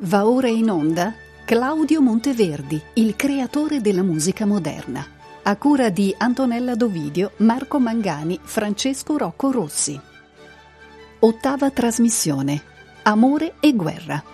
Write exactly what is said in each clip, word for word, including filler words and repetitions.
Va ora in onda Claudio Monteverdi, il creatore della musica moderna, a cura di Antonella Dovidio, Marco Mangani, Francesco Rocco Rossi. Ottava trasmissione. Amore e guerra.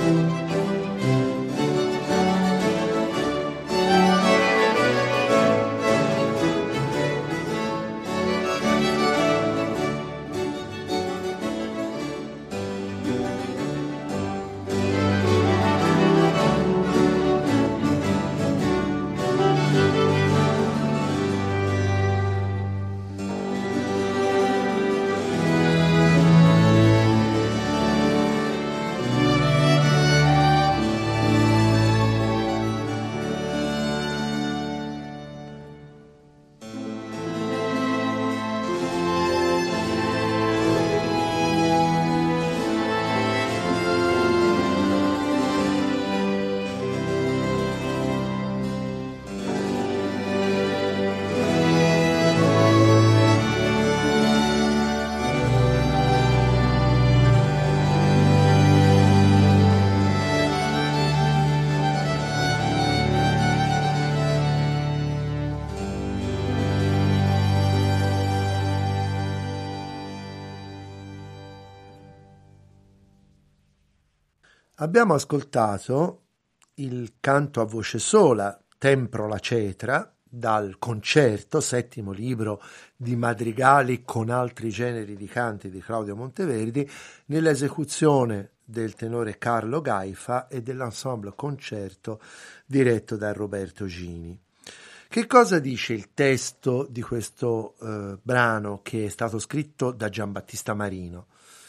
Abbiamo ascoltato il canto a voce sola, Tempro la cetra, dal concerto, settimo libro di madrigali con altri generi di canti di Claudio Monteverdi, nell'esecuzione del tenore Carlo Gaifa e dell'ensemble concerto diretto da Roberto Gini. Che cosa dice il testo di questo eh, brano che è stato scritto da Giambattista Marino?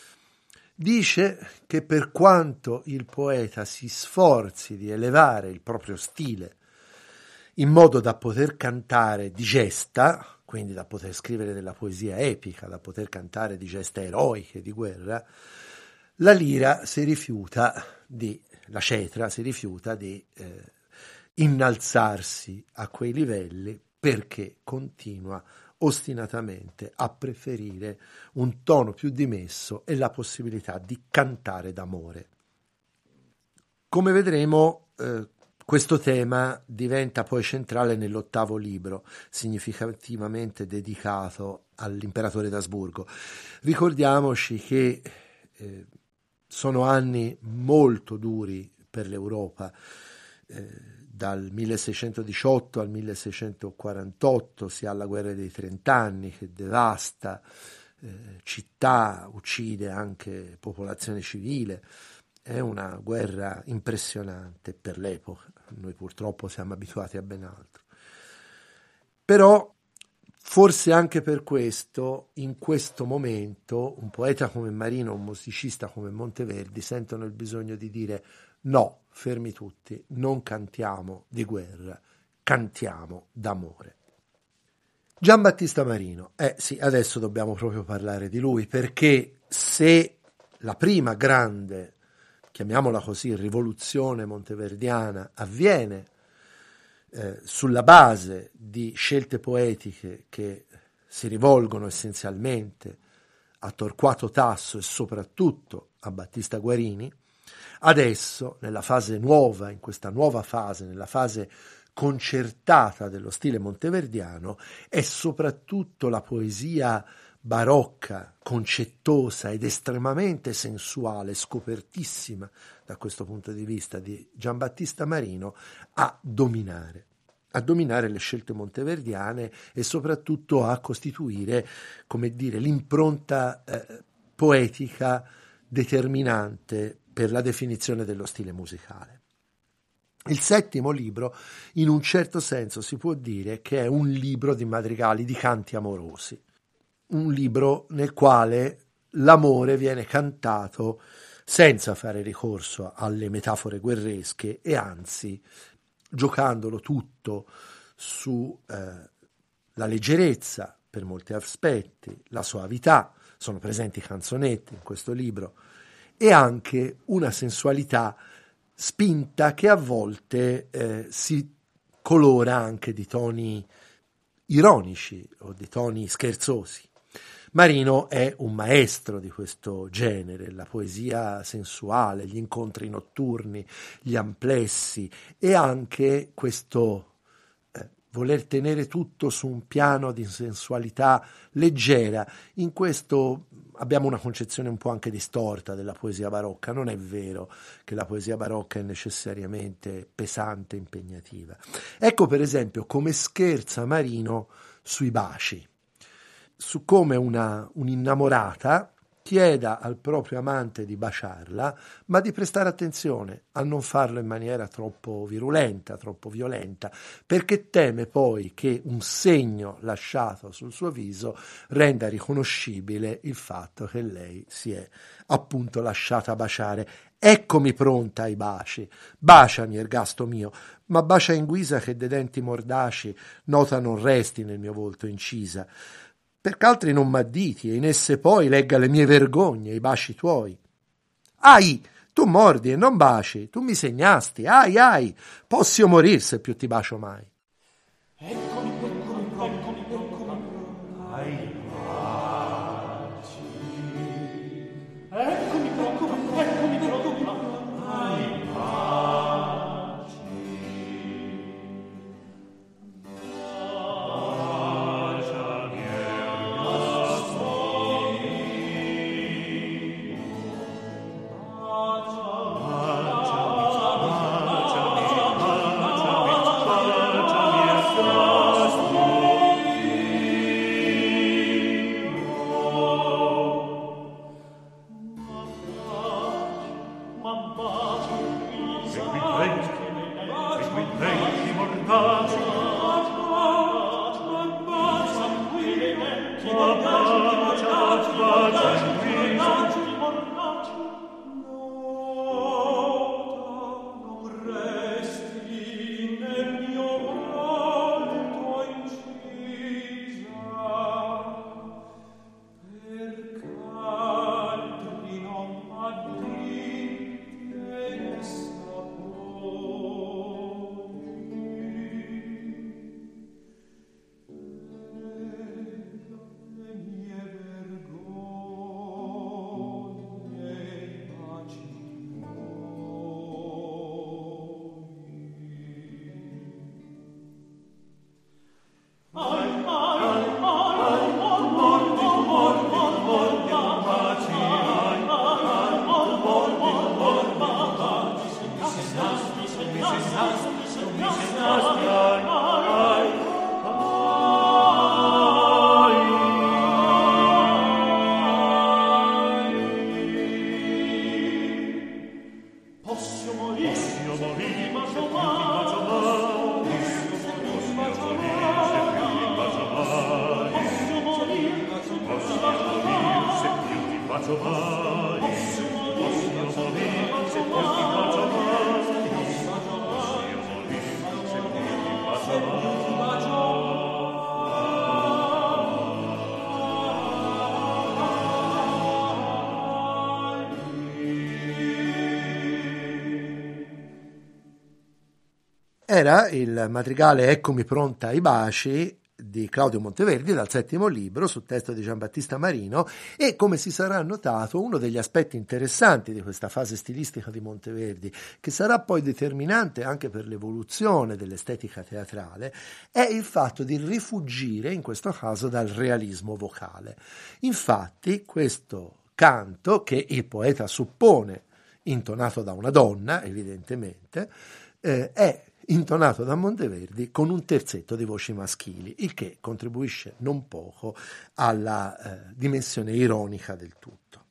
Dice che per quanto il poeta si sforzi di elevare il proprio stile in modo da poter cantare di gesta, quindi da poter scrivere della poesia epica, da poter cantare di gesta eroiche, di guerra, la lira si rifiuta di, la cetra si rifiuta di eh, innalzarsi a quei livelli perché continua ostinatamente a preferire un tono più dimesso e la possibilità di cantare d'amore. Come vedremo, eh, questo tema diventa poi centrale nell'ottavo libro, significativamente dedicato all'imperatore d'Asburgo. Ricordiamoci che eh, sono anni molto duri per l'Europa, eh, dal milleseicentodiciotto al milleseicentoquarantotto si ha la guerra dei trent'anni che devasta eh, città, uccide anche popolazione civile. È una guerra impressionante per l'epoca, noi purtroppo siamo abituati a ben altro. Però forse anche per questo, in questo momento, un poeta come Marino, un musicista come Monteverdi sentono il bisogno di dire no, fermi tutti, non cantiamo di guerra, cantiamo d'amore. Giambattista Marino, eh sì, adesso dobbiamo proprio parlare di lui, perché se la prima grande, chiamiamola così, rivoluzione monteverdiana avviene eh, sulla base di scelte poetiche che si rivolgono essenzialmente a Torquato Tasso e soprattutto a Battista Guarini, adesso, nella fase nuova, in questa nuova fase, nella fase concertata dello stile monteverdiano, è soprattutto la poesia barocca, concettosa ed estremamente sensuale, scopertissima da questo punto di vista di Giambattista Marino, a dominare, a dominare le scelte monteverdiane e soprattutto a costituire, come dire, l'impronta eh, poetica determinante per la definizione dello stile musicale. Il settimo libro, in un certo senso, si può dire che è un libro di madrigali, di canti amorosi, un libro nel quale l'amore viene cantato senza fare ricorso alle metafore guerresche e anzi giocandolo tutto su eh, la leggerezza per molti aspetti, la soavità, sono presenti canzonette in questo libro, e anche una sensualità spinta che a volte eh, si colora anche di toni ironici o di toni scherzosi. Marino è un maestro di questo genere, la poesia sensuale, gli incontri notturni, gli amplessi e anche questo eh, voler tenere tutto su un piano di sensualità leggera. In questo abbiamo una concezione un po' anche distorta della poesia barocca. Non è vero che la poesia barocca è necessariamente pesante e impegnativa. Ecco per esempio come scherza Marino sui baci, su come una, un'innamorata chieda al proprio amante di baciarla, ma di prestare attenzione a non farlo in maniera troppo virulenta, troppo violenta, perché teme poi che un segno lasciato sul suo viso renda riconoscibile il fatto che lei si è appunto lasciata baciare. Eccomi pronta ai baci, baciami, ergasto mio, ma bacia in guisa che de denti mordaci nota non resti nel mio volto incisa, perché altri non m'additi e in esse poi legga le mie vergogne, i baci tuoi. Ai, tu mordi e non baci, tu mi segnasti, ai, ai, posso io morir se più ti bacio mai. Eccomi, eccomi, eccomi, eccomi, ai baci. Eccomi, eccomi, eccomi, eccomi, ai baci. Era il madrigale Eccomi pronta ai baci di Claudio Monteverdi dal settimo libro su testo di Giambattista Marino, e come si sarà notato uno degli aspetti interessanti di questa fase stilistica di Monteverdi, che sarà poi determinante anche per l'evoluzione dell'estetica teatrale, è il fatto di rifuggire in questo caso dal realismo vocale. Infatti questo canto, che il poeta suppone intonato da una donna evidentemente, eh, è intonato da Monteverdi con un terzetto di voci maschili, il che contribuisce non poco alla eh, dimensione ironica del tutto.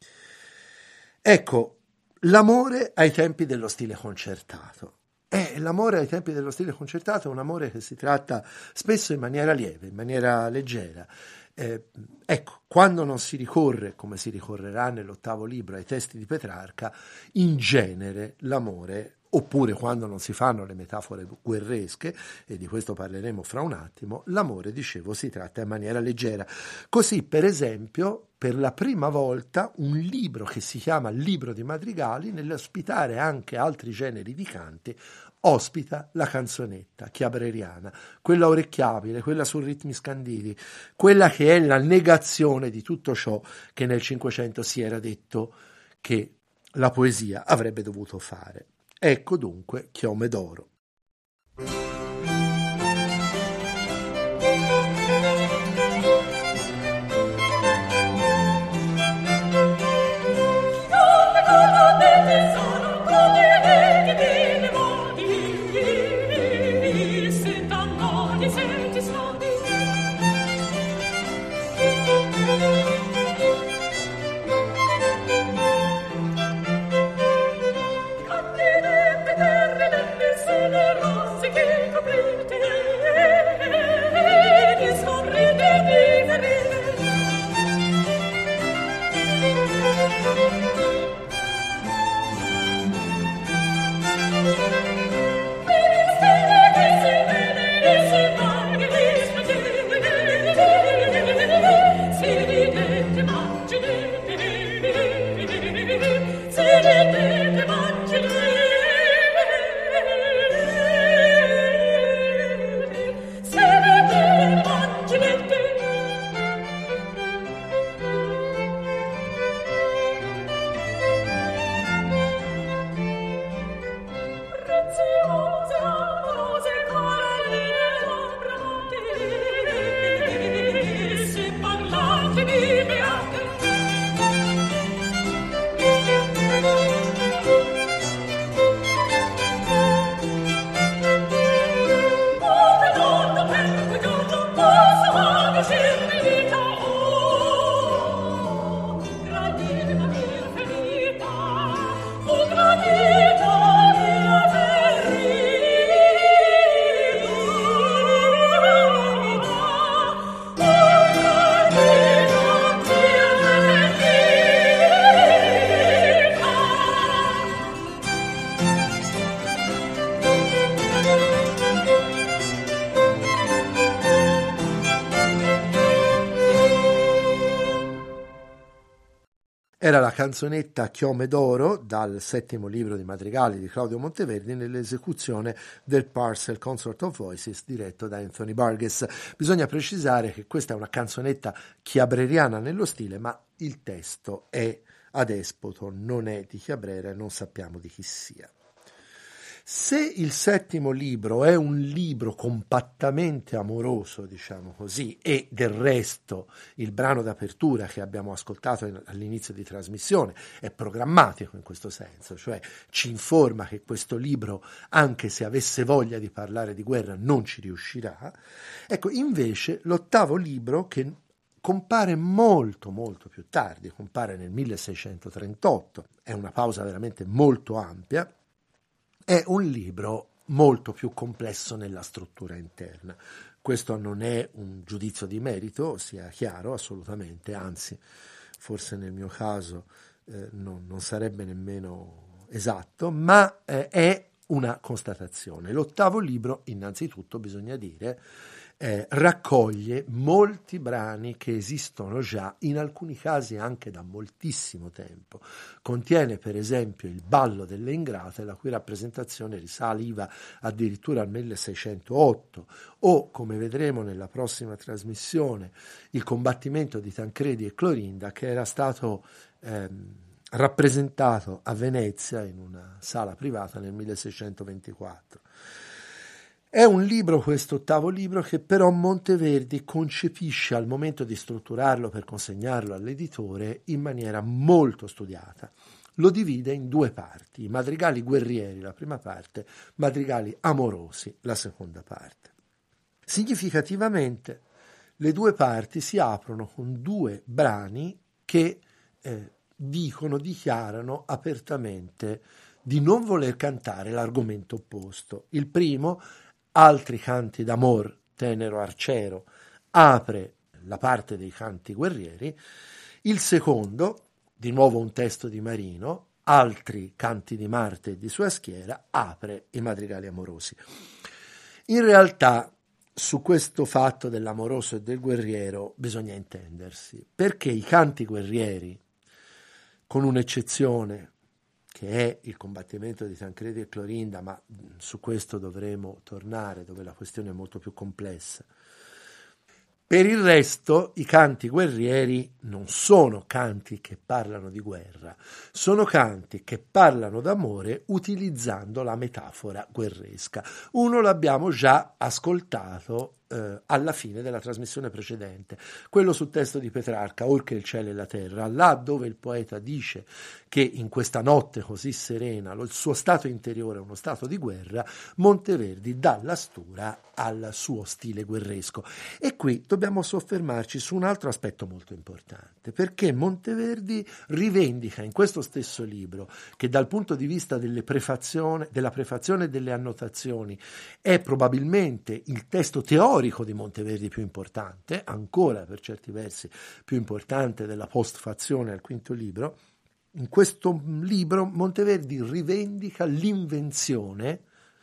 Ecco, l'amore ai tempi dello stile concertato. Eh, l'amore ai tempi dello stile concertato è un amore che si tratta spesso in maniera lieve, in maniera leggera. Eh, ecco, quando non si ricorre, come si ricorrerà nell'ottavo libro, ai testi di Petrarca, in genere l'amore, oppure quando non si fanno le metafore guerresche, e di questo parleremo fra un attimo, l'amore, dicevo, si tratta in maniera leggera. Così, per esempio, per la prima volta un libro che si chiama Libro di Madrigali, nell'ospitare anche altri generi di canti, ospita la canzonetta chiabreriana, quella orecchiabile, quella su ritmi scanditi, quella che è la negazione di tutto ciò che nel Cinquecento si era detto che la poesia avrebbe dovuto fare. Ecco dunque Chiome d'oro. Era la canzonetta Chiome d'oro dal settimo libro di madrigali di Claudio Monteverdi nell'esecuzione del Purcell Consort of Voices diretto da Anthony Burgess. Bisogna precisare che questa è una canzonetta chiabreriana nello stile, ma il testo è adespoto, non è di Chiabrera e non sappiamo di chi sia. Se il settimo libro è un libro compattamente amoroso, diciamo così, e del resto il brano d'apertura che abbiamo ascoltato in, all'inizio di trasmissione è programmatico in questo senso, cioè ci informa che questo libro, anche se avesse voglia di parlare di guerra, non ci riuscirà. Ecco, invece l'ottavo libro, che compare molto molto più tardi, compare nel milleseicentotrentotto, è una pausa veramente molto ampia, è un libro molto più complesso nella struttura interna. Questo non è un giudizio di merito, sia chiaro, assolutamente, anzi, forse nel mio caso eh, non, non sarebbe nemmeno esatto, ma eh, è una constatazione. L'ottavo libro, innanzitutto, bisogna dire, Eh, raccoglie molti brani che esistono già, in alcuni casi anche da moltissimo tempo. Contiene per esempio il Ballo delle Ingrate, la cui rappresentazione risaliva addirittura al milleseicentootto, o, come vedremo nella prossima trasmissione, il Combattimento di Tancredi e Clorinda, che era stato ehm, rappresentato a Venezia in una sala privata nel milleseicentoventiquattro. È un libro, questo ottavo libro, che però Monteverdi concepisce al momento di strutturarlo per consegnarlo all'editore in maniera molto studiata. Lo divide in due parti, i madrigali guerrieri la prima parte, madrigali amorosi la seconda parte. Significativamente le due parti si aprono con due brani che eh, dicono, dichiarano apertamente di non voler cantare l'argomento opposto. Il primo, Altri canti d'amor, tenero arciero, apre la parte dei canti guerrieri. Il secondo, di nuovo un testo di Marino, Altri canti di Marte e di sua schiera, apre i madrigali amorosi. In realtà, su questo fatto dell'amoroso e del guerriero bisogna intendersi, perché i canti guerrieri, con un'eccezione che è il Combattimento di Tancredi e Clorinda, ma su questo dovremo tornare, dove la questione è molto più complessa. Per il resto, i canti guerrieri non sono canti che parlano di guerra, sono canti che parlano d'amore utilizzando la metafora guerresca. Uno l'abbiamo già ascoltato eh, alla fine della trasmissione precedente, quello sul testo di Petrarca, Or che il cielo e la terra, là dove il poeta dice che in questa notte così serena il suo stato interiore è uno stato di guerra. Monteverdi dà la stura al suo stile guerresco. E qui dobbiamo soffermarci su un altro aspetto molto importante, perché Monteverdi rivendica in questo stesso libro, che dal punto di vista delle prefazione, della prefazione e delle annotazioni è probabilmente il testo teorico di Monteverdi più importante, ancora per certi versi più importante della postfazione al quinto libro. In questo libro Monteverdi rivendica l'invenzione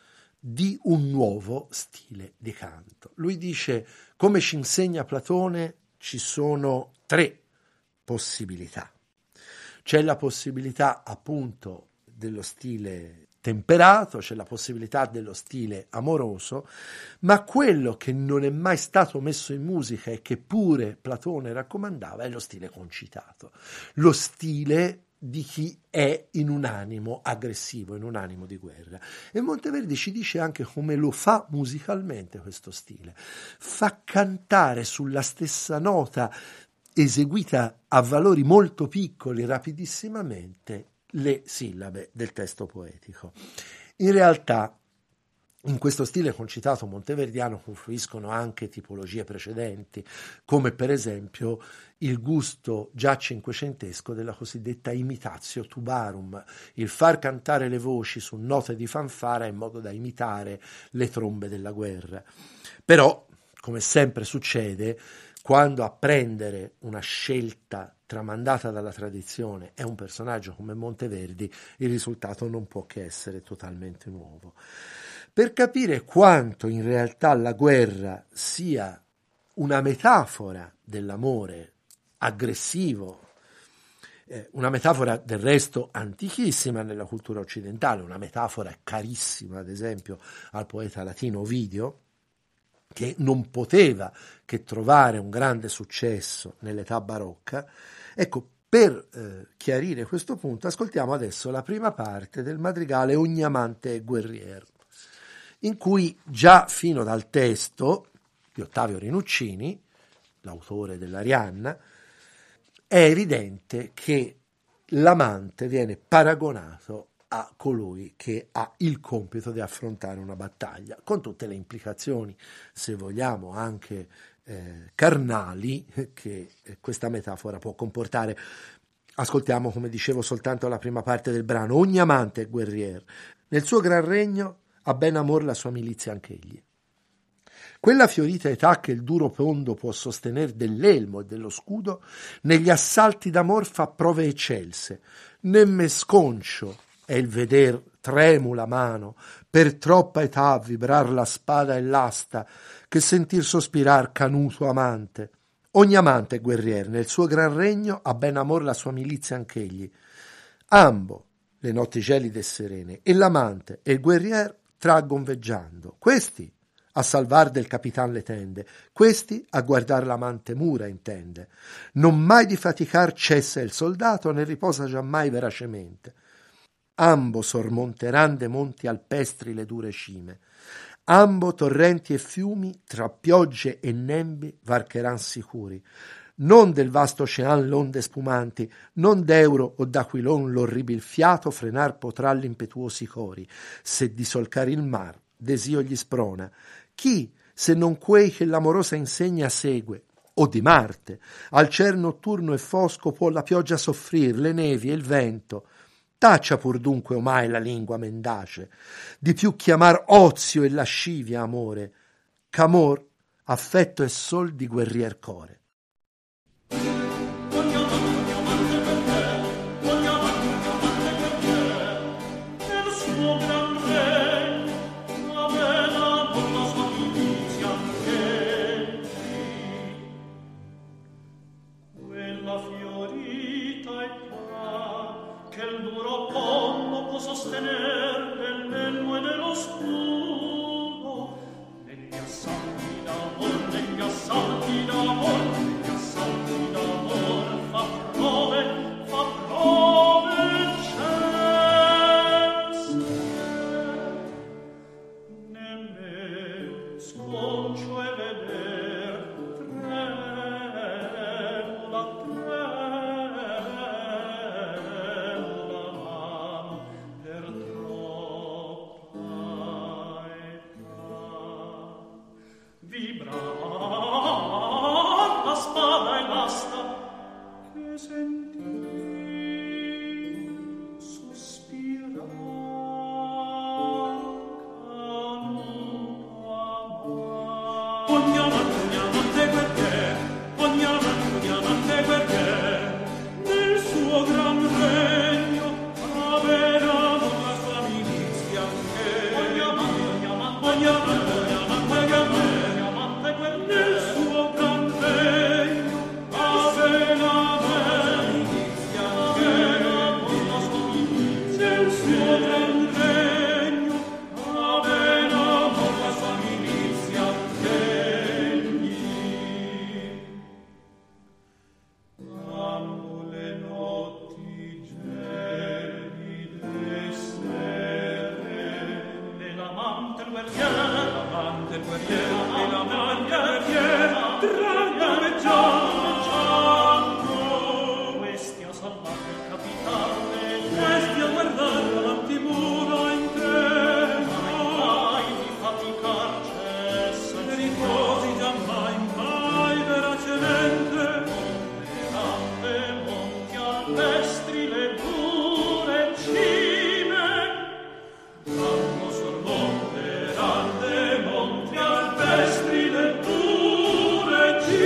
di un nuovo stile di canto. Lui dice, come ci insegna Platone, ci sono tre possibilità. C'è la possibilità appunto dello stile temperato, c'è la possibilità dello stile amoroso, ma quello che non è mai stato messo in musica e che pure Platone raccomandava è lo stile concitato, lo stile di chi è in un animo aggressivo, in un animo di guerra. E Monteverdi ci dice anche come lo fa musicalmente questo stile. Fa cantare sulla stessa nota, eseguita a valori molto piccoli, rapidissimamente, le sillabe del testo poetico. In realtà, in questo stile concitato monteverdiano confluiscono anche tipologie precedenti, come per esempio il gusto già cinquecentesco della cosiddetta imitatio tubarum, il far cantare le voci su note di fanfara in modo da imitare le trombe della guerra. Però, come sempre succede, quando a prendere una scelta tramandata dalla tradizione è un personaggio come Monteverdi, il risultato non può che essere totalmente nuovo. Per capire quanto in realtà la guerra sia una metafora dell'amore aggressivo Eh, una metafora del resto antichissima nella cultura occidentale, una metafora carissima ad esempio al poeta latino Ovidio, che non poteva che trovare un grande successo nell'età barocca. Ecco, per eh, chiarire questo punto, ascoltiamo adesso la prima parte del madrigale Ogni amante è guerrier, in cui già fino dal testo di Ottavio Rinuccini, l'autore dell'Arianna, è evidente che l'amante viene paragonato a colui che ha il compito di affrontare una battaglia, con tutte le implicazioni, se vogliamo, anche eh, carnali che questa metafora può comportare. Ascoltiamo, come dicevo, soltanto la prima parte del brano. Ogni amante è guerrier, nel suo gran regno ha ben amor la sua milizia anch'egli. Quella fiorita età che il duro pondo può sostener dell'elmo e dello scudo, negli assalti d'amor fa prove eccelse, nemme sconcio è il veder tremula mano, per troppa età vibrar la spada e l'asta, che sentir sospirar canuto amante. Ogni amante è guerrier, nel suo gran regno ha ben amor la sua milizia anch'egli. Ambo, le notti gelide e serene, e l'amante e il guerrier traggon veggiando. Questi a salvar del capitan le tende, questi a guardar l'amante mura intende. Non mai di faticar cessa il soldato, né riposa giammai veracemente. Ambo sormonteran de monti alpestri le dure cime, ambo torrenti e fiumi tra piogge e nembi varcheran sicuri. Non del vasto ocean l'onde spumanti, non d'Euro o d'Aquilon l'orribil fiato frenar potrà l'impetuosi cori, se di solcar il mar desio gli sprona. Chi, se non quei che l'amorosa insegna segue, o di Marte, al ciel notturno e fosco può la pioggia soffrir, le nevi e il vento. Taccia pur dunque omai la lingua mendace, di più chiamar ozio e lascivia amore, ch'amor, affetto e sol di guerrier core. Sostener nell'elmo e nello scudo, negli assalti d'amor, negli assalti d'amor, negli assalti d'amor fa prove, fa prove cesse. Nemme sconcio e veder tremula, tremula mano, per troppa età. Vibrava la spada e l'asta che sentì sospirare canuto amar. Ogni amante, ogni amante guerrier, ogni amante, ogni amante guerrier, nel suo gran regno aveva la sua milizia anche. Ogni amante, ogni amante, ogni amante, ogni amante guerrier, ogni amante guerrier, nel suo gran regno aveva la milizia anche. Nel suo gran regno aveva la sua milizia anche. Amo le notti gelide e serene, l'amante il guerrier, l'amante il guerrier, l'amante il guerrier, tragga veggiando. Questi a salvare il capitale, questi a guardare l'antimura intero. Mai di faticar cessa il riposi giammai, mai veracemente. Monteranno monti alpestri le dure cime, ambo sormonteranno monti alpestri le dure cime.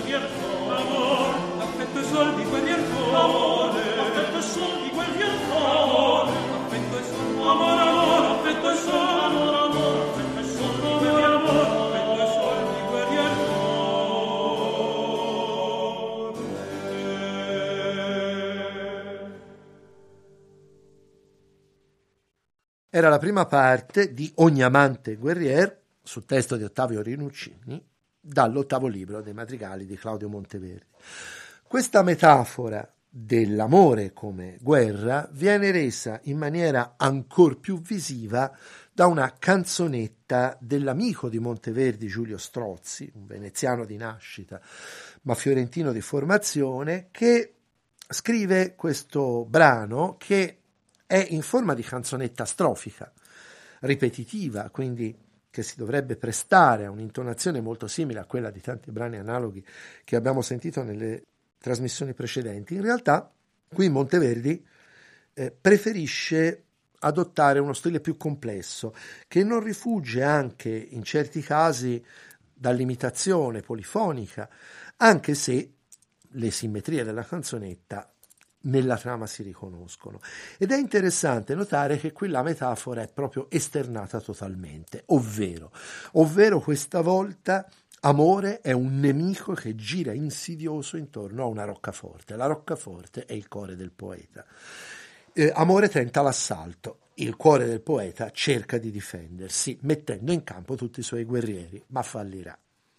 guerrier amor, affetto e soldi, guerrier amore, affetto e soldi, guerrier amore, affetto e soldi, amor, amor, affetto e soldi, amor, amor, affetto e soldi, guerrier amor, affetto e soldi, guerrier amore. Era la prima parte di Ogni amante guerrier, su testo di Ottavio Rinuccini, dall'ottavo libro dei madrigali di Claudio Monteverdi. Questa metafora dell'amore come guerra viene resa in maniera ancor più visiva da una canzonetta dell'amico di Monteverdi, Giulio Strozzi, un veneziano di nascita ma fiorentino di formazione, che scrive questo brano che è in forma di canzonetta strofica, ripetitiva, quindi che si dovrebbe prestare a un'intonazione molto simile a quella di tanti brani analoghi che abbiamo sentito nelle trasmissioni precedenti. In realtà qui Monteverdi eh, preferisce adottare uno stile più complesso, che non rifugge anche in certi casi dall'imitazione polifonica, anche se le simmetrie della canzonetta nella trama si riconoscono. Ed è interessante notare che qui la metafora è proprio esternata totalmente, ovvero, ovvero questa volta amore è un nemico che gira insidioso intorno a una roccaforte. La roccaforte è il cuore del poeta. Eh, amore tenta l'assalto, il cuore del poeta cerca di difendersi mettendo in campo tutti i suoi guerrieri, ma fallirà.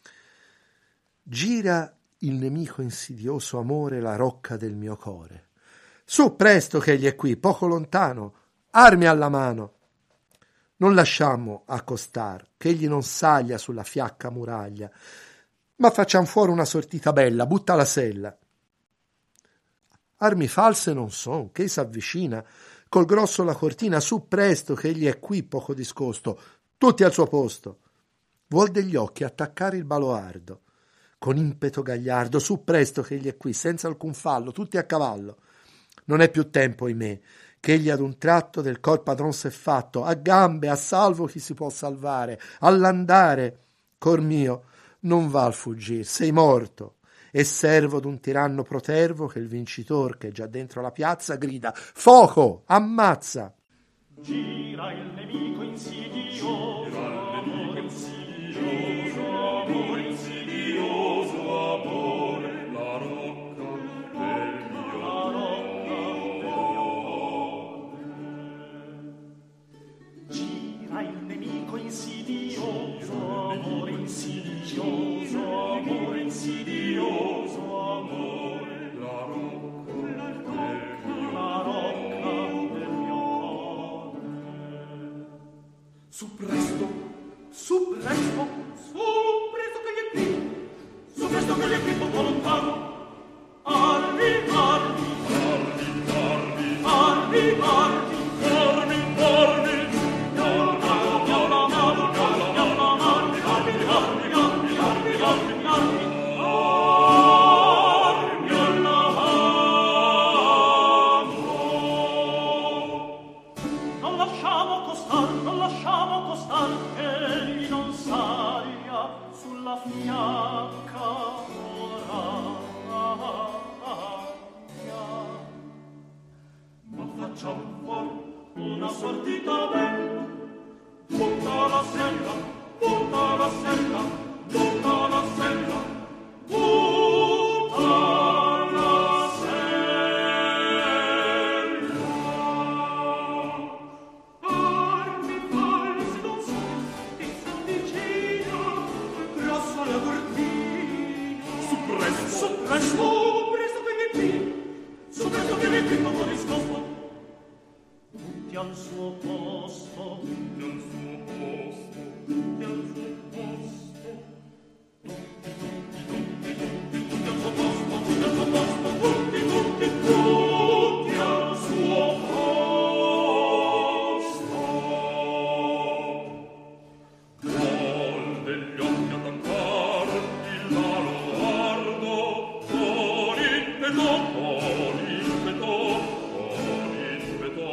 Gira il nemico insidioso amore la rocca del mio cuore. Su presto che egli è qui, poco lontano, armi alla mano. Non lasciamo accostar, che egli non saglia sulla fiacca muraglia, ma facciam fuori una sortita bella, butta la sella. Armi false non son, che s'avvicina, col grosso la cortina, su presto che egli è qui poco discosto, tutti al suo posto. Vuol degli occhi attaccare il baluardo, con impeto gagliardo, su presto che egli è qui, senza alcun fallo, tutti a cavallo. Non è più tempo, ahimè, che egli ad un tratto del cor padron s'è fatto, a gambe, a salvo chi si può salvare, all'andare, cor mio, non va al fuggir, sei morto, e servo d'un tiranno protervo che il vincitor, che è già dentro la piazza, grida, fuoco, ammazza. Gira il nemico insidioso, amore insidioso, amore insidioso, amore, la rocca del mio, la rocca del mio. Gira il nemico insidioso, amore insidioso, amore insidioso, amore, la rocca, la rocca, la rocca del mio cuore. Su presto, su presto, su presto che gli è qui, su presto che gli è qui poco lontano. Armi, armi, armi, armi, armi, armi, armi, armi. Una sortita bella, butta la sella, butta la sella, butta la sella, butta la sella. Armi false non sono, che son vicino, grossa la cortina. Su presto, su presto, presto che mi qui, su presto che mi qui, poco discosto. Tutti al suo posto, tutti al suo posto, tutti al suo posto, tutti, tutti, tutti, tutti, tutti al suo posto, tutti al suo posto, tutti, tutti, tutti al suo posto. Vuol degli occhi attaccar il baluardo, con impeto, con impeto, con impeto.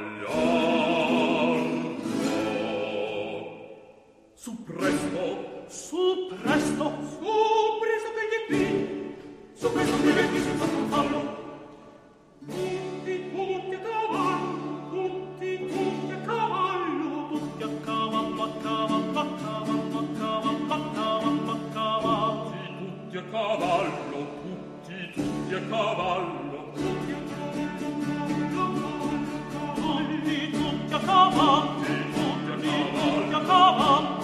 Su presto, su presto, su presto che gli qui, su presto che gli qui si fa un fallo. Tutti, tutti a cavallo, tutti, tutti a cavallo, tutti a cavallo, a cavallo, a cavallo, a cavallo, a cavallo, a cavallo. Tutti a cavallo, tutti, tutti a cavallo, tutti a cavallo, tutti a cavallo, tutti a cavallo.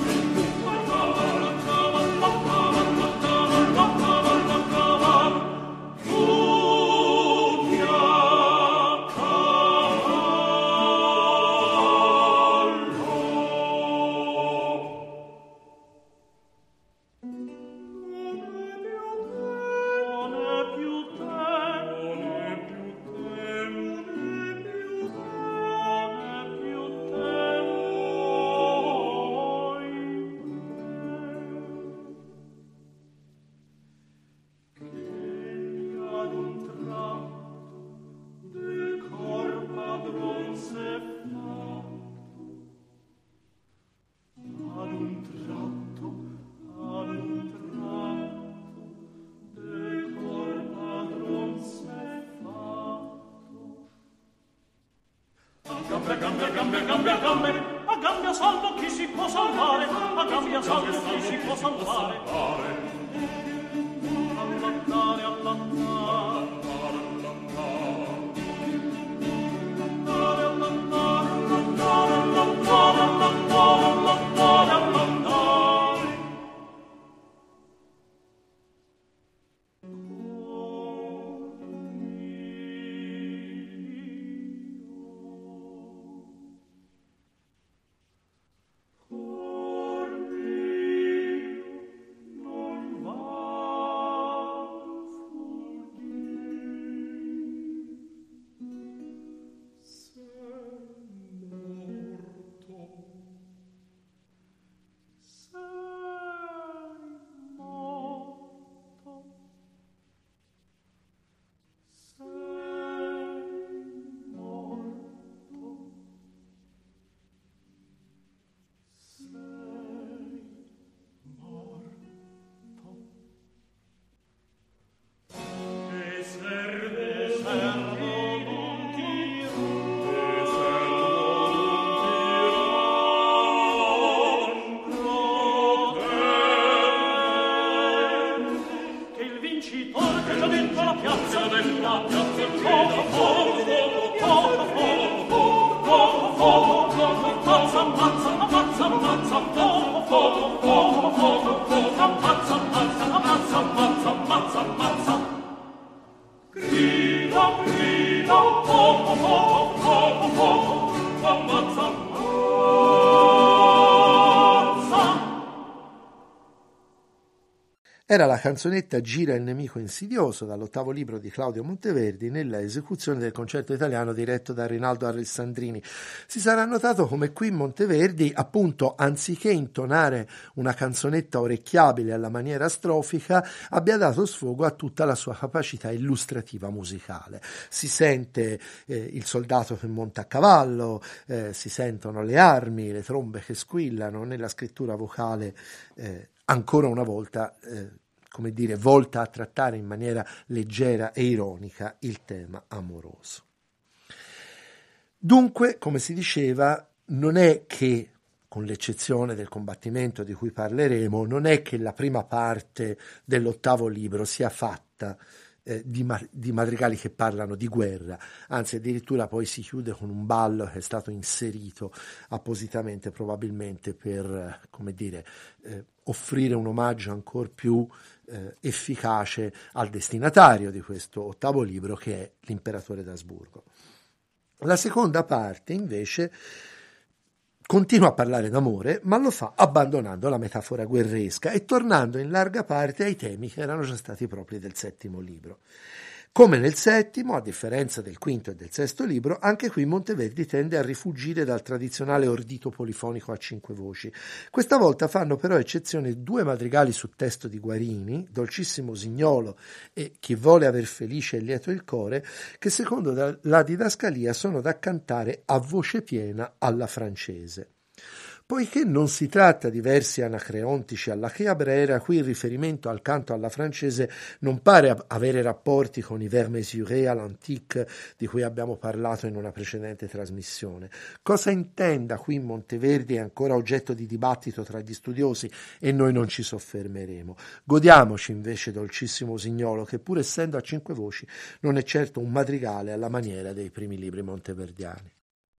Era la canzonetta Gira il nemico insidioso dall'ottavo libro di Claudio Monteverdi nella esecuzione del concerto italiano diretto da Rinaldo Alessandrini. Si sarà notato come qui Monteverdi, appunto, anziché intonare una canzonetta orecchiabile alla maniera strofica, abbia dato sfogo a tutta la sua capacità illustrativa musicale. Si sente eh, il soldato che monta a cavallo, eh, si sentono le armi, le trombe che squillano, nella scrittura vocale eh, ancora una volta, eh, come dire, volta a trattare in maniera leggera e ironica il tema amoroso. Dunque, come si diceva, non è che, con l'eccezione del combattimento di cui parleremo, non è che la prima parte dell'ottavo libro sia fatta eh, di, ma- di madrigali che parlano di guerra, anzi addirittura poi si chiude con un ballo che è stato inserito appositamente probabilmente per, eh, come dire, eh, offrire un omaggio ancor più eh, efficace al destinatario di questo ottavo libro, che è l'imperatore d'Asburgo. La seconda parte invece continua a parlare d'amore, ma lo fa abbandonando la metafora guerresca e tornando in larga parte ai temi che erano già stati propri del settimo libro. Come nel settimo, a differenza del quinto e del sesto libro, anche qui Monteverdi tende a rifugire dal tradizionale ordito polifonico a cinque voci. Questa volta fanno però eccezione due madrigali su testo di Guarini, Dolcissimo Usignolo e Chi vuole aver felice e lieto il core, che secondo la didascalia sono da cantare a voce piena alla francese. Poiché non si tratta di versi anacreontici alla Cabrera, qui il riferimento al canto alla francese non pare avere rapporti con i vers mesurés à l'antique di cui abbiamo parlato in una precedente trasmissione. Cosa intenda qui Monteverdi è ancora oggetto di dibattito tra gli studiosi e noi non ci soffermeremo. Godiamoci invece Dolcissimo Usignolo, che pur essendo a cinque voci non è certo un madrigale alla maniera dei primi libri monteverdiani.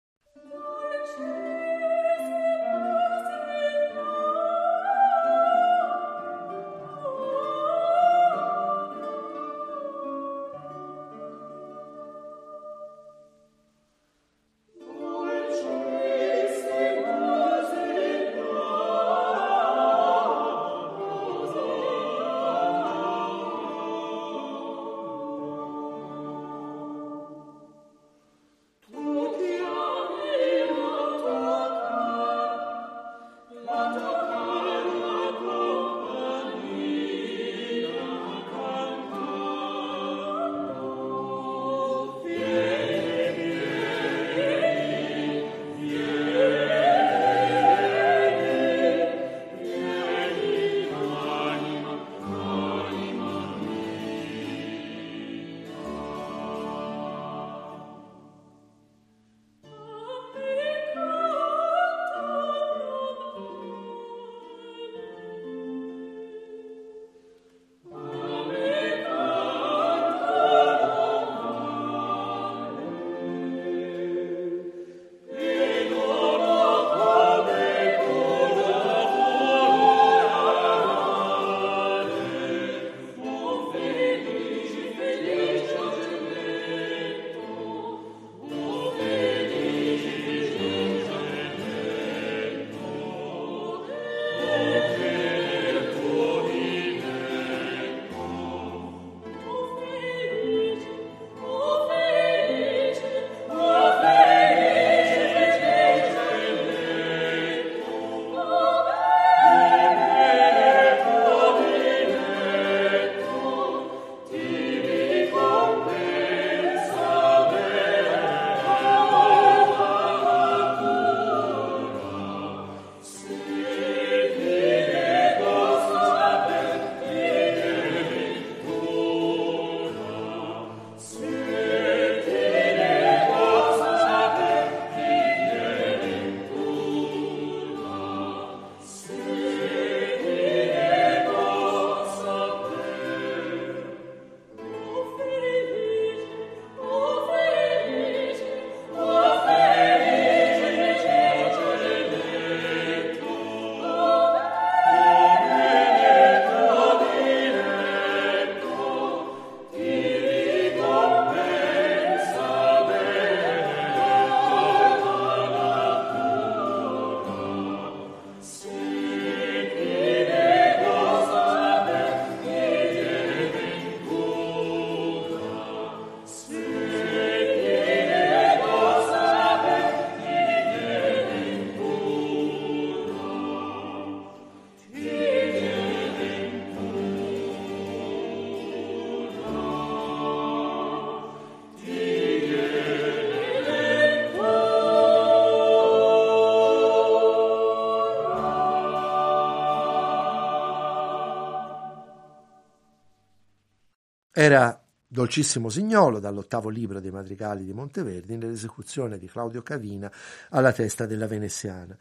Era Dolcissimo Usignolo dall'ottavo libro dei madrigali di Monteverdi nell'esecuzione di Claudio Cavina alla testa della Veneziana.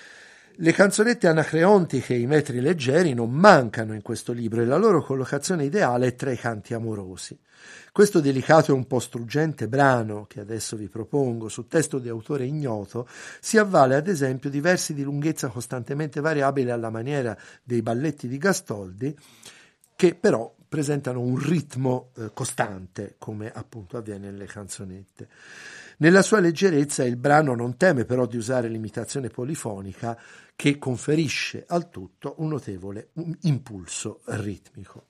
Le canzonette anacreontiche e i metri leggeri non mancano in questo libro e la loro collocazione ideale è tra i canti amorosi. Questo delicato e un po' struggente brano, che adesso vi propongo, su testo di autore ignoto, si avvale ad esempio di versi di lunghezza costantemente variabile alla maniera dei balletti di Gastoldi, che però presentano un ritmo eh, costante, come appunto avviene nelle canzonette. Nella sua leggerezza il brano non teme però di usare l'imitazione polifonica che conferisce al tutto un notevole un impulso ritmico.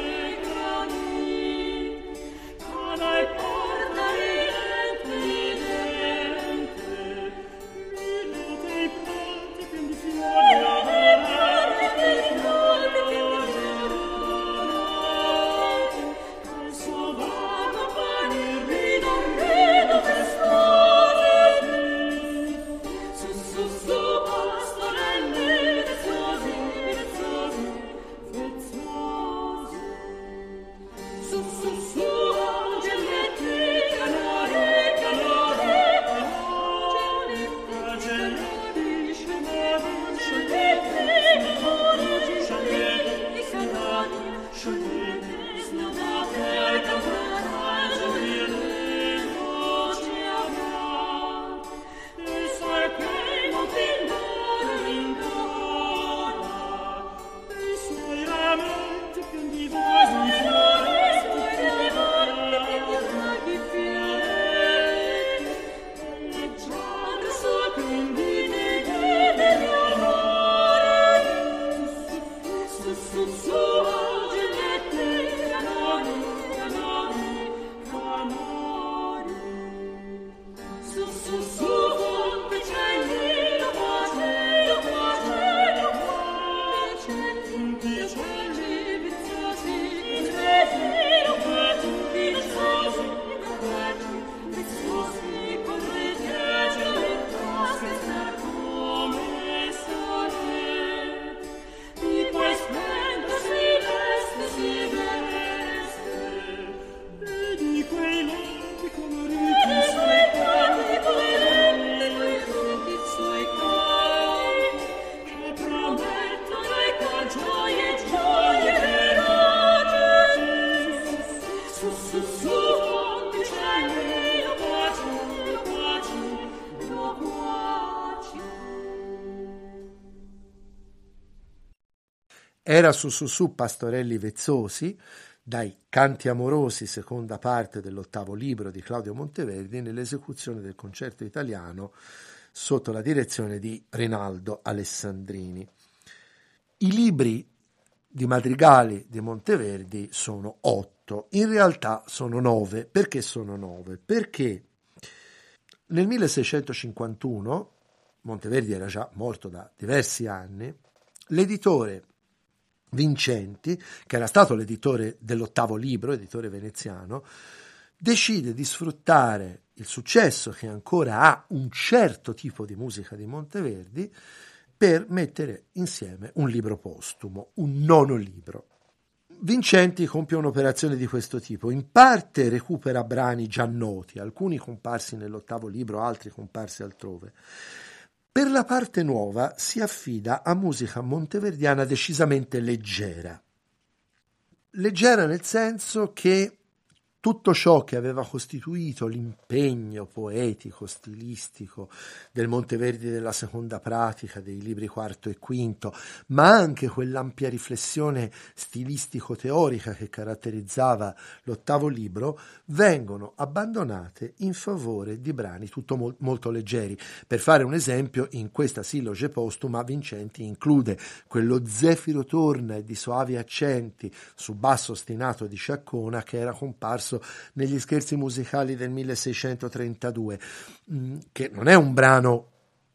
Can I portare Era su su su Pastorelli Vezzosi, dai Canti amorosi, seconda parte dell'ottavo libro di Claudio Monteverdi, nell'esecuzione del concerto italiano sotto la direzione di Rinaldo Alessandrini. I libri di madrigali di Monteverdi sono otto, in realtà sono nove. Perché sono nove? Perché nel milleseicentocinquantuno, Monteverdi era già morto da diversi anni, l'editore Vincenti, che era stato l'editore dell'ottavo libro, editore veneziano, decide di sfruttare il successo che ancora ha un certo tipo di musica di Monteverdi per mettere insieme un libro postumo, un nono libro. Vincenti compie un'operazione di questo tipo. In parte recupera brani già noti, alcuni comparsi nell'ottavo libro, altri comparsi altrove. Per la parte nuova si affida a musica monteverdiana decisamente leggera. Leggera nel senso che tutto ciò che aveva costituito l'impegno poetico, stilistico del Monteverdi della seconda pratica, dei libri quarto e quinto, ma anche quell'ampia riflessione stilistico-teorica che caratterizzava l'ottavo libro, vengono abbandonate in favore di brani tutto mo- molto leggeri. Per fare un esempio, in questa silloge postuma Vincenti include quello Zefiro torna e di soavi accenti su basso ostinato di Sciaccona che era comparso negli scherzi musicali del milleseicentotrentadue, che non è un brano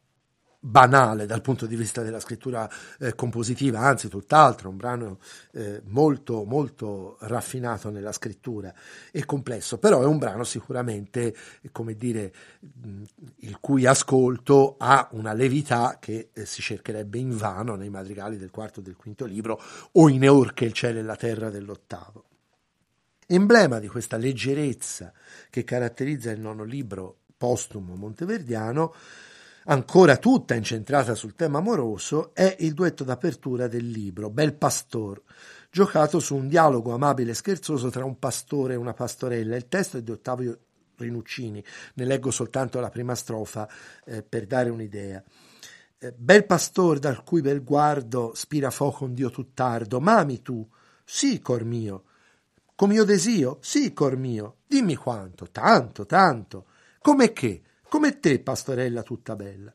banale dal punto di vista della scrittura eh, compositiva, anzi tutt'altro, un brano eh, molto molto raffinato nella scrittura e complesso, però è un brano sicuramente, come dire, il cui ascolto ha una levità che eh, si cercherebbe invano nei madrigali del quarto e del quinto libro o in Eorche il cielo e la terra dell'ottavo. Emblema di questa leggerezza che caratterizza il nono libro postumo monteverdiano, ancora tutta incentrata sul tema amoroso, è il duetto d'apertura del libro, Bel Pastor, giocato su un dialogo amabile e scherzoso tra un pastore e una pastorella. Il testo è di Ottavio Rinuccini, ne leggo soltanto la prima strofa eh, per dare un'idea. Eh, Bel pastor dal cui bel guardo spira foco un dio tuttardo, m'ami tu? Sì, cor mio. Come io desio? Sì, cor mio. Dimmi quanto. Tanto, tanto. Come che? Come te, pastorella tutta bella.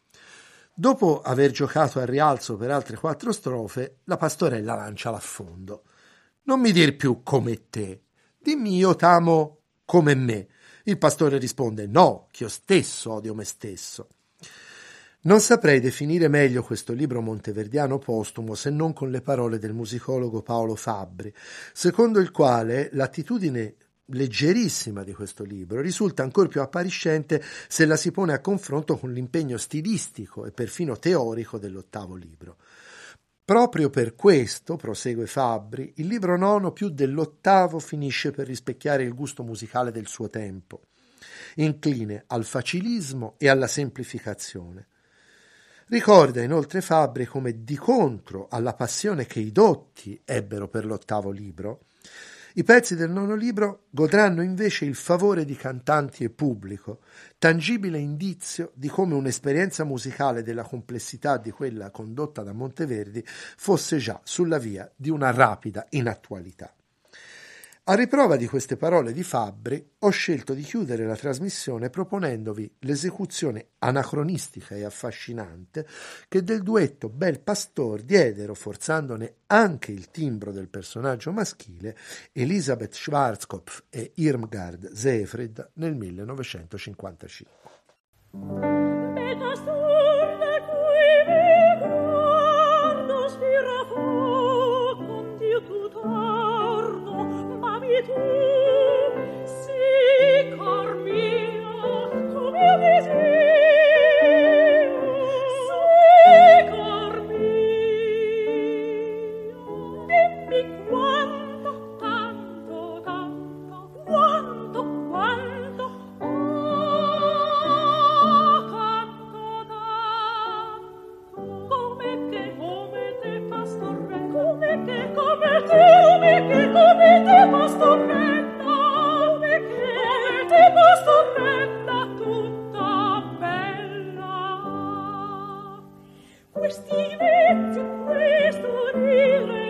Dopo aver giocato al rialzo per altre quattro strofe, la pastorella lancia l'affondo. Non mi dir più come te. Dimmi io t'amo come me. Il pastore risponde, no, ch'io stesso odio me stesso. Non saprei definire meglio questo libro monteverdiano postumo se non con le parole del musicologo Paolo Fabbri, secondo il quale l'attitudine leggerissima di questo libro risulta ancor più appariscente se la si pone a confronto con l'impegno stilistico e perfino teorico dell'ottavo libro. Proprio per questo, prosegue Fabbri, il libro nono più dell'ottavo finisce per rispecchiare il gusto musicale del suo tempo, incline al facilismo e alla semplificazione. Ricorda inoltre Fabbri come di contro alla passione che i dotti ebbero per l'ottavo libro, i pezzi del nono libro godranno invece il favore di cantanti e pubblico, tangibile indizio di come un'esperienza musicale della complessità di quella condotta da Monteverdi fosse già sulla via di una rapida inattualità. A riprova di queste parole di Fabbri, ho scelto di chiudere la trasmissione proponendovi l'esecuzione anacronistica e affascinante che del duetto Bel Pastor diedero, forzandone anche il timbro del personaggio maschile, Elisabeth Schwarzkopf e Irmgard Seyfried nel millenovecentocinquantacinque. Bel pastor da cui mi guardo spira fuoco un Dio tuttardo, m'ami tu? Sì, cor mio, come io desio. Sì, cor mio, dimmi quanto, tanto, tanto, quanto, quanto, oh, tanto, tanto, come che, come te, pastorella, come che, come te, come che, come te, pastorella, come che, come te, pastorella, tutta bella. Questi vezzi, questo dire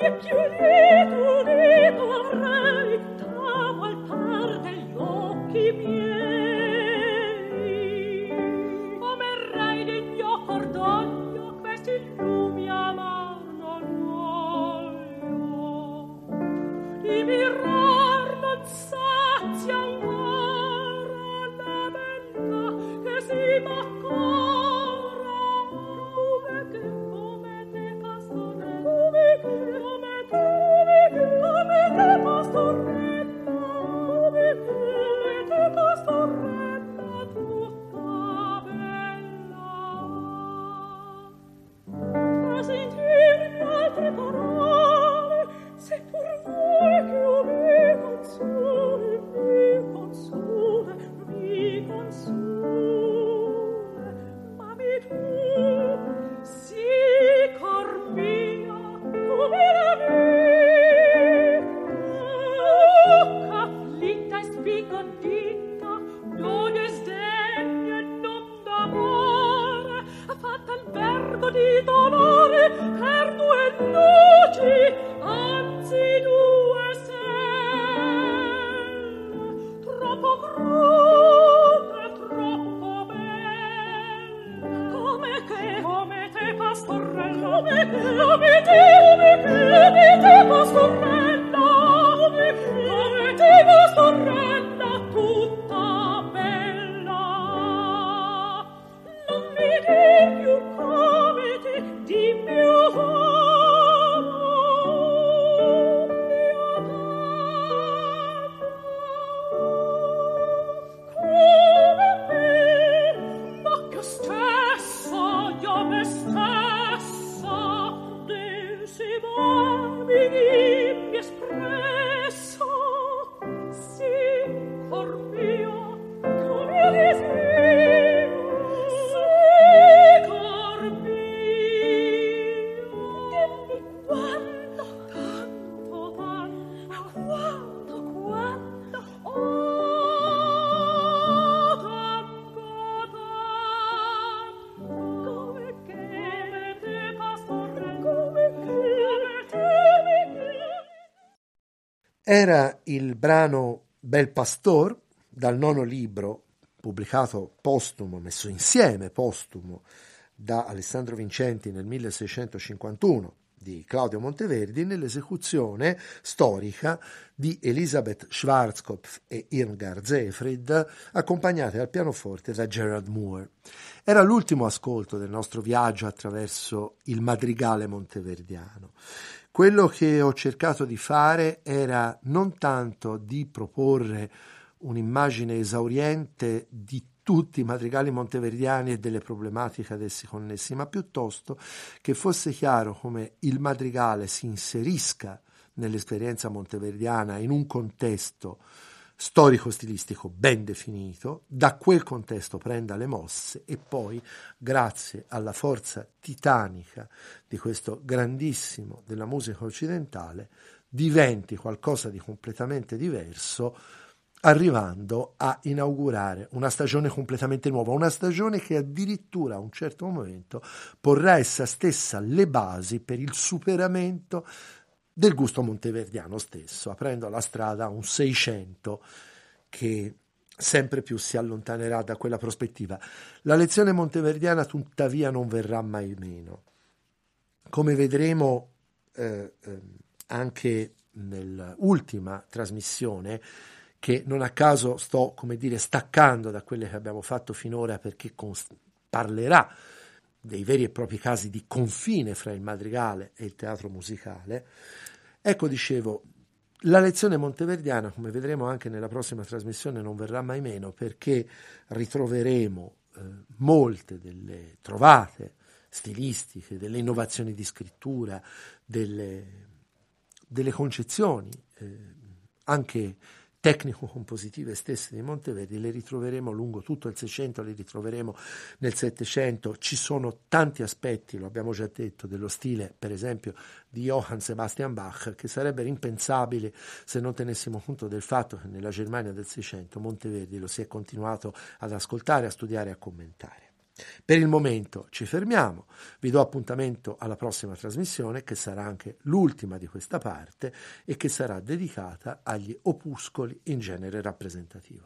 Era il brano Bel Pastor dal nono libro pubblicato postumo, messo insieme postumo da Alessandro Vincenti nel milleseicentocinquantuno di Claudio Monteverdi nell'esecuzione storica di Elisabeth Schwarzkopf e Irmgard Seyfried, accompagnate al pianoforte da Gerald Moore. Era l'ultimo ascolto del nostro viaggio attraverso il madrigale monteverdiano. Quello che ho cercato di fare era non tanto di proporre un'immagine esauriente di tutti i madrigali monteverdiani e delle problematiche ad essi connessi, ma piuttosto che fosse chiaro come il madrigale si inserisca nell'esperienza monteverdiana in un contesto storico-stilistico ben definito, da quel contesto prenda le mosse e poi, grazie alla forza titanica di questo grandissimo della musica occidentale, diventi qualcosa di completamente diverso, arrivando a inaugurare una stagione completamente nuova, una stagione che addirittura a un certo momento porrà essa stessa le basi per il superamento del gusto monteverdiano stesso, aprendo la strada a un Seicento che sempre più si allontanerà da quella prospettiva. La lezione monteverdiana tuttavia non verrà mai meno. Come vedremo eh, eh, anche nell'ultima trasmissione, che non a caso sto, come dire, staccando da quelle che abbiamo fatto finora, perché cons- parlerà dei veri e propri casi di confine fra il madrigale e il teatro musicale. Ecco, dicevo, la lezione monteverdiana, come vedremo anche nella prossima trasmissione, non verrà mai meno, perché ritroveremo eh, molte delle trovate stilistiche, delle innovazioni di scrittura, delle, delle concezioni eh, anche tecnico-compositive stesse di Monteverdi, le ritroveremo lungo tutto il Seicento, le ritroveremo nel Settecento. Ci sono tanti aspetti, lo abbiamo già detto, dello stile, per esempio, di Johann Sebastian Bach, che sarebbero impensabili se non tenessimo conto del fatto che nella Germania del Seicento Monteverdi lo si è continuato ad ascoltare, a studiare e a commentare. Per il momento ci fermiamo, vi do appuntamento alla prossima trasmissione, che sarà anche l'ultima di questa parte e che sarà dedicata agli opuscoli in genere rappresentativo.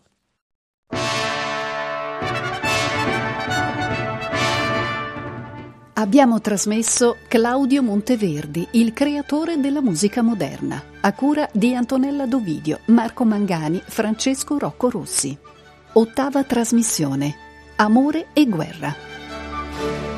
Abbiamo trasmesso Claudio Monteverdi, il creatore della musica moderna, a cura di Antonella Dovidio, Marco Mangani, Francesco Rocco Rossi. Ottava trasmissione. Amore e guerra.